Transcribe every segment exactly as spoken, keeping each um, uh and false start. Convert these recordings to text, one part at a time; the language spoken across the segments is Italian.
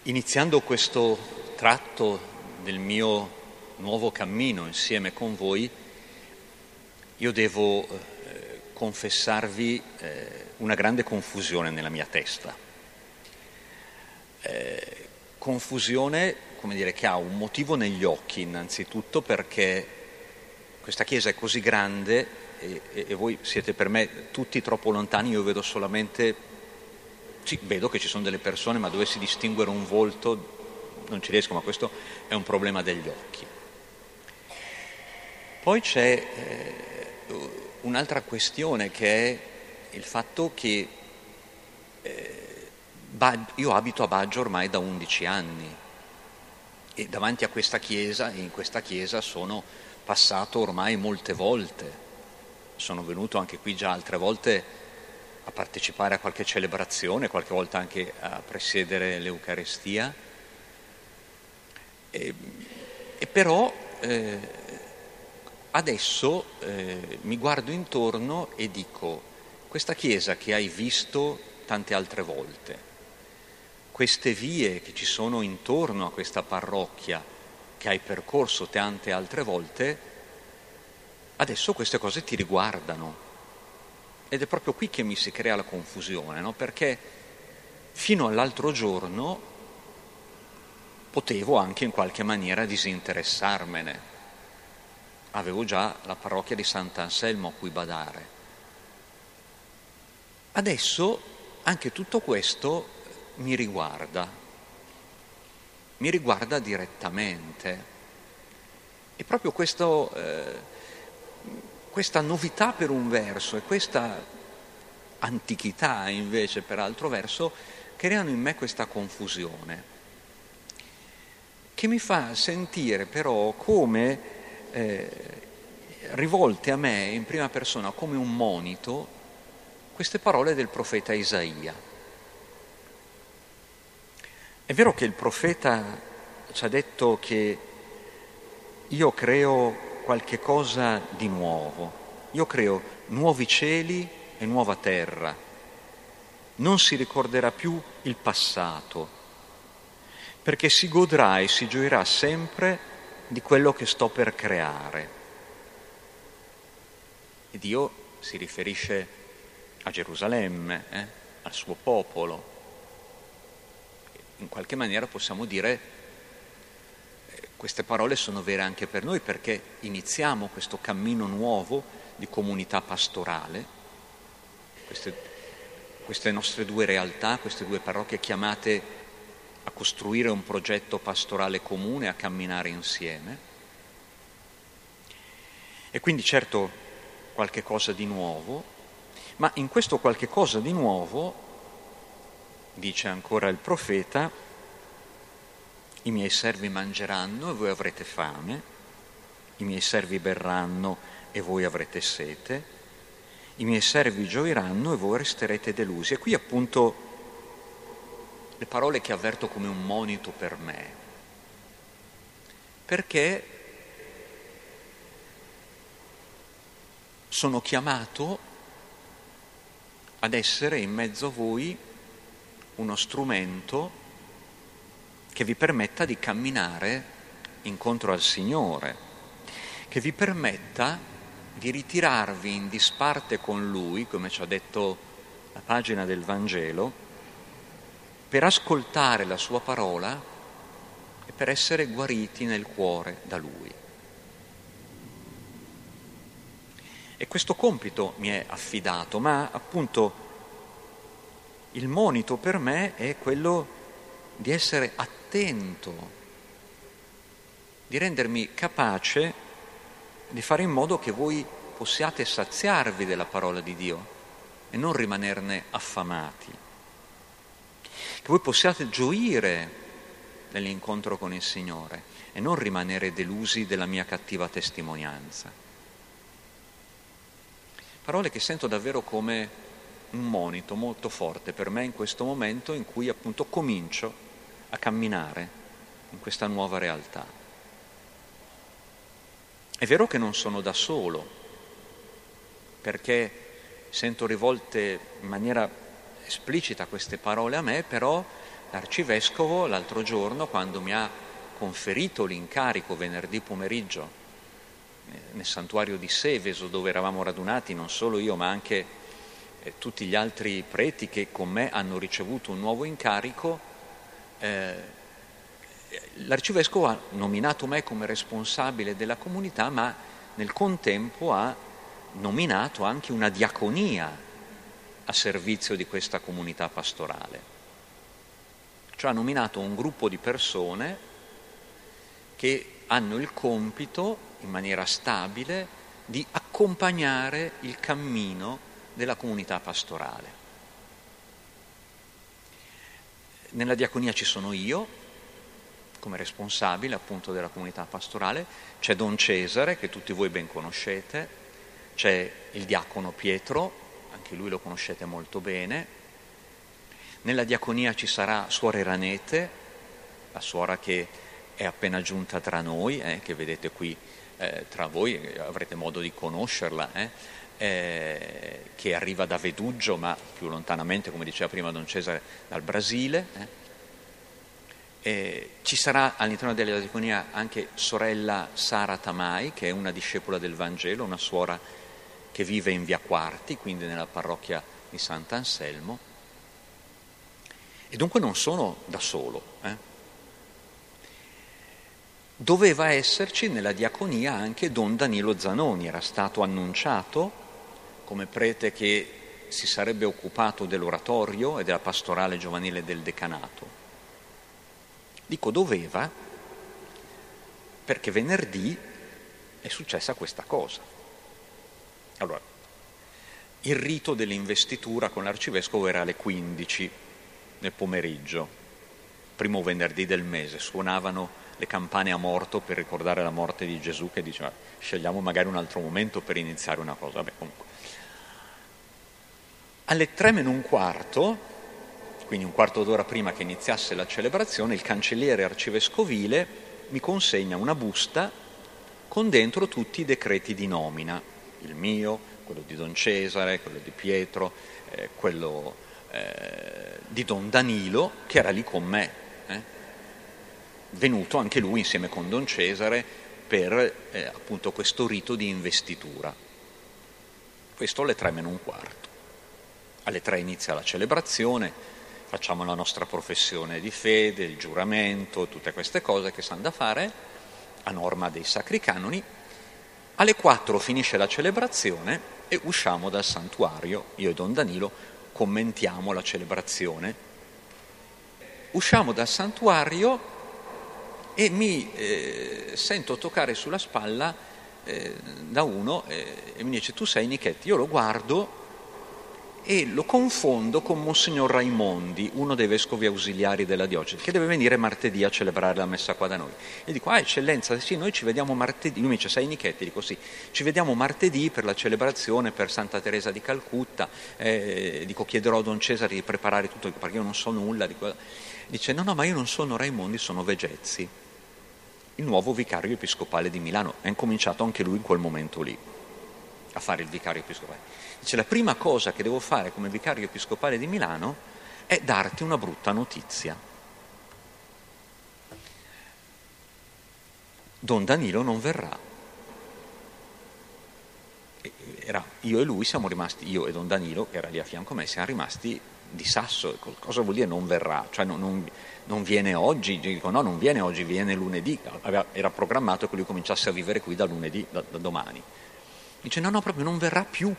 Iniziando questo tratto del mio nuovo cammino insieme con voi, io devo eh, confessarvi eh, una grande confusione nella mia testa. Eh, confusione, come dire, che ha un motivo negli occhi innanzitutto, perché questa chiesa è così grande e, e, e voi siete per me tutti troppo lontani. Io vedo solamente, sì, vedo che ci sono delle persone, ma dovessi distinguere un volto non ci riesco, ma questo è un problema degli occhi. Poi c'è eh, un'altra questione, che è il fatto che eh, io abito a Baggio ormai da undici anni e davanti a questa chiesa, in questa chiesa sono passato ormai molte volte, sono venuto anche qui già altre volte a partecipare a qualche celebrazione, qualche volta anche a presiedere l'Eucarestia, e, e però eh, adesso eh, mi guardo intorno e dico: questa chiesa che hai visto tante altre volte, queste vie che ci sono intorno a questa parrocchia che hai percorso tante altre volte, adesso queste cose ti riguardano. Ed è proprio qui che mi si crea la confusione, no? Perché fino all'altro giorno potevo anche in qualche maniera disinteressarmene. Avevo già la parrocchia di Sant'Anselmo a cui badare. Adesso anche tutto questo mi riguarda, mi riguarda direttamente. E proprio questo... Eh, Questa novità per un verso e questa antichità invece per altro verso creano in me questa confusione, che mi fa sentire però come eh, rivolte a me in prima persona come un monito queste parole del profeta Isaia. È vero che il profeta ci ha detto che io creo qualche cosa di nuovo, io creo nuovi cieli e nuova terra, non si ricorderà più il passato, perché si godrà e si gioirà sempre di quello che sto per creare. E Dio si riferisce a Gerusalemme, eh, al suo popolo. In qualche maniera possiamo dire: queste parole sono vere anche per noi, perché iniziamo questo cammino nuovo di comunità pastorale, queste, queste nostre due realtà, queste due parrocchie chiamate a costruire un progetto pastorale comune, a camminare insieme. E quindi certo qualche cosa di nuovo, ma in questo qualche cosa di nuovo, dice ancora il profeta, i miei servi mangeranno e voi avrete fame, i miei servi berranno e voi avrete sete, i miei servi gioiranno e voi resterete delusi. E qui appunto le parole che avverto come un monito per me, perché sono chiamato ad essere in mezzo a voi uno strumento che vi permetta di camminare incontro al Signore, che vi permetta di ritirarvi in disparte con Lui, come ci ha detto la pagina del Vangelo, per ascoltare la Sua parola e per essere guariti nel cuore da Lui. E questo compito mi è affidato, ma appunto il monito per me è quello di essere attento, di rendermi capace di fare in modo che voi possiate saziarvi della parola di Dio e non rimanerne affamati, che voi possiate gioire nell'incontro con il Signore e non rimanere delusi della mia cattiva testimonianza. Parole che sento davvero come un monito molto forte per me in questo momento in cui appunto comincio a camminare in questa nuova realtà. È vero che non sono da solo, perché sento rivolte in maniera esplicita queste parole a me, però l'arcivescovo l'altro giorno, quando mi ha conferito l'incarico venerdì pomeriggio eh, nel santuario di Seveso, dove eravamo radunati non solo io ma anche eh, tutti gli altri preti che con me hanno ricevuto un nuovo incarico, eh, l'arcivescovo ha nominato me come responsabile della comunità, ma nel contempo ha nominato anche una diaconia a servizio di questa comunità pastorale. Cioè ha nominato un gruppo di persone che hanno il compito, in maniera stabile, di accompagnare il cammino della comunità pastorale. Nella diaconia ci sono io, come responsabile appunto della comunità pastorale, c'è Don Cesare, che tutti voi ben conoscete, c'è il diacono Pietro, anche lui lo conoscete molto bene. Nella diaconia ci sarà suora Eranete, la suora che è appena giunta tra noi, eh, che vedete qui eh, tra voi, avrete modo di conoscerla, eh, eh, che arriva da Veduggio, ma più lontanamente, come diceva prima Don Cesare, dal Brasile. Eh. Eh, ci sarà all'interno della diaconia anche sorella Sara Tamai, che è una discepola del Vangelo, una suora che vive in via Quarti, quindi nella parrocchia di Sant'Anselmo. E dunque non sono da solo. Eh. Doveva esserci nella diaconia anche Don Danilo Zanoni, era stato annunciato come prete che si sarebbe occupato dell'oratorio e della pastorale giovanile del decanato. Dico doveva perché venerdì è successa questa cosa. Allora, il rito dell'investitura con l'arcivescovo era alle quindici nel pomeriggio, primo venerdì del mese, suonavano le campane a morto per ricordare la morte di Gesù, che diceva scegliamo magari un altro momento per iniziare una cosa. Vabbè, comunque. Alle tre meno un quarto, quindi un quarto d'ora prima che iniziasse la celebrazione, il cancelliere arcivescovile mi consegna una busta con dentro tutti i decreti di nomina, il mio, quello di Don Cesare, quello di Pietro, eh, quello eh, di Don Danilo, che era lì con me, eh, venuto anche lui insieme con Don Cesare per eh, appunto questo rito di investitura. Questo alle tre meno un quarto. Alle tre inizia la celebrazione, facciamo la nostra professione di fede, il giuramento, tutte queste cose che s'hanno da fare a norma dei sacri canoni. Alle quattro finisce la celebrazione e usciamo dal santuario, io e Don Danilo commentiamo la celebrazione. Usciamo dal santuario e mi eh, sento toccare sulla spalla eh, da uno eh, e mi dice tu sei Nichetti. Io lo guardo e lo confondo con Monsignor Raimondi, uno dei vescovi ausiliari della diocesi, che deve venire martedì a celebrare la messa qua da noi. E dico, ah eccellenza, sì, noi ci vediamo martedì. Lui mi dice, sei Nichetti? Dico sì, ci vediamo martedì per la celebrazione per Santa Teresa di Calcutta. Eh, dico, chiederò a Don Cesare di preparare tutto, perché io non so nulla. Dico, dice, no, no, ma io non sono Raimondi, sono Vegezzi, il nuovo vicario episcopale di Milano. È incominciato anche lui in quel momento lì a fare il vicario episcopale. Dice, la prima cosa che devo fare come vicario episcopale di Milano è darti una brutta notizia. Don Danilo non verrà. Era, io e lui siamo rimasti, io e Don Danilo, che era lì a fianco a me, siamo rimasti di sasso. Cosa vuol dire non verrà? Cioè non, non, non viene oggi? Dico, no, non viene oggi, viene lunedì. Aveva, era programmato che lui cominciasse a vivere qui da lunedì, da, da domani. Dice, no, no, proprio non verrà più.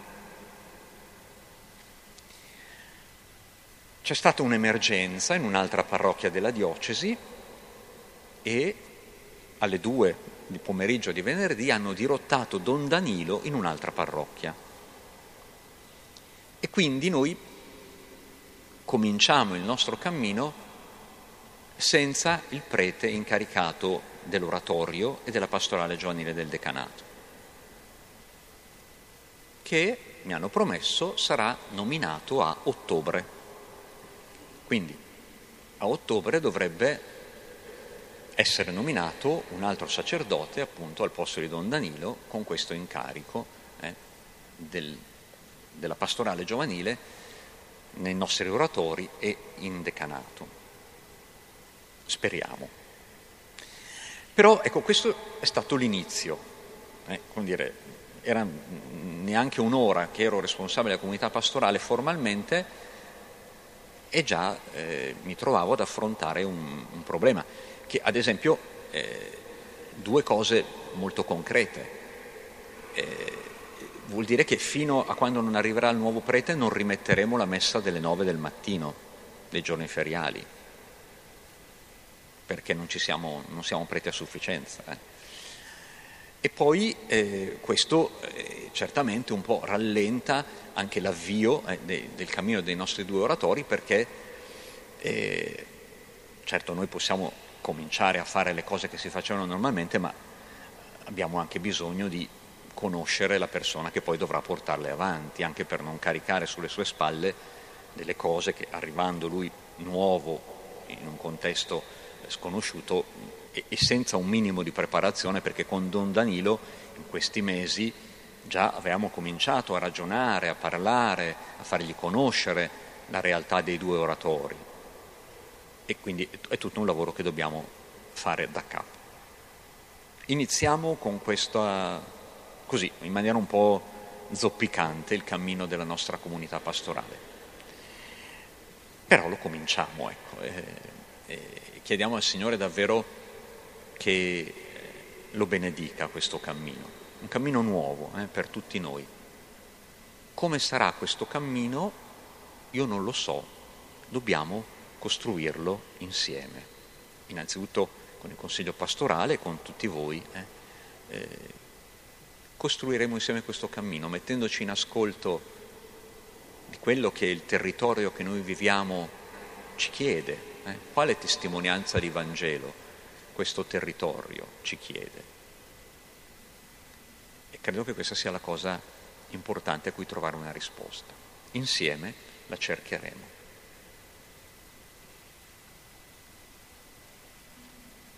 C'è stata un'emergenza in un'altra parrocchia della diocesi e alle due di pomeriggio di venerdì hanno dirottato Don Danilo in un'altra parrocchia. E quindi noi cominciamo il nostro cammino senza il prete incaricato dell'oratorio e della pastorale giovanile del decanato, che mi hanno promesso sarà nominato a ottobre. Quindi a ottobre dovrebbe essere nominato un altro sacerdote appunto al posto di Don Danilo con questo incarico eh, del, della pastorale giovanile nei nostri oratori e in decanato. speriamo. Però ecco, questo è stato l'inizio, eh, come dire, era neanche un'ora che ero responsabile della comunità pastorale formalmente e già eh, mi trovavo ad affrontare un, un problema, che ad esempio eh, due cose molto concrete. Eh, vuol dire che fino a quando non arriverà il nuovo prete non rimetteremo la messa delle nove del mattino, dei giorni feriali, perché non, ci siamo, non siamo preti a sufficienza. Eh. E poi eh, questo eh, certamente un po' rallenta anche l'avvio eh, de, del cammino dei nostri due oratori, perché eh, certo noi possiamo cominciare a fare le cose che si facevano normalmente, ma abbiamo anche bisogno di conoscere la persona che poi dovrà portarle avanti, anche per non caricare sulle sue spalle delle cose che, arrivando lui nuovo in un contesto sconosciuto e, e senza un minimo di preparazione, perché con Don Danilo in questi mesi già avevamo cominciato a ragionare, a parlare, a fargli conoscere la realtà dei due oratori, e quindi è tutto un lavoro che dobbiamo fare da capo. Iniziamo con questa, così, in maniera un po' zoppicante, il cammino della nostra comunità pastorale. Però lo cominciamo, ecco, e, e chiediamo al Signore davvero che lo benedica questo cammino, un cammino nuovo eh, per tutti noi. Come sarà questo cammino? Io non lo so, dobbiamo costruirlo insieme. Innanzitutto con il Consiglio pastorale e con tutti voi. Eh. Eh, costruiremo insieme questo cammino, mettendoci in ascolto di quello che il territorio che noi viviamo ci chiede. Eh. Quale testimonianza di Vangelo questo territorio ci chiede? E credo che questa sia la cosa importante a cui trovare una risposta. Insieme la cercheremo.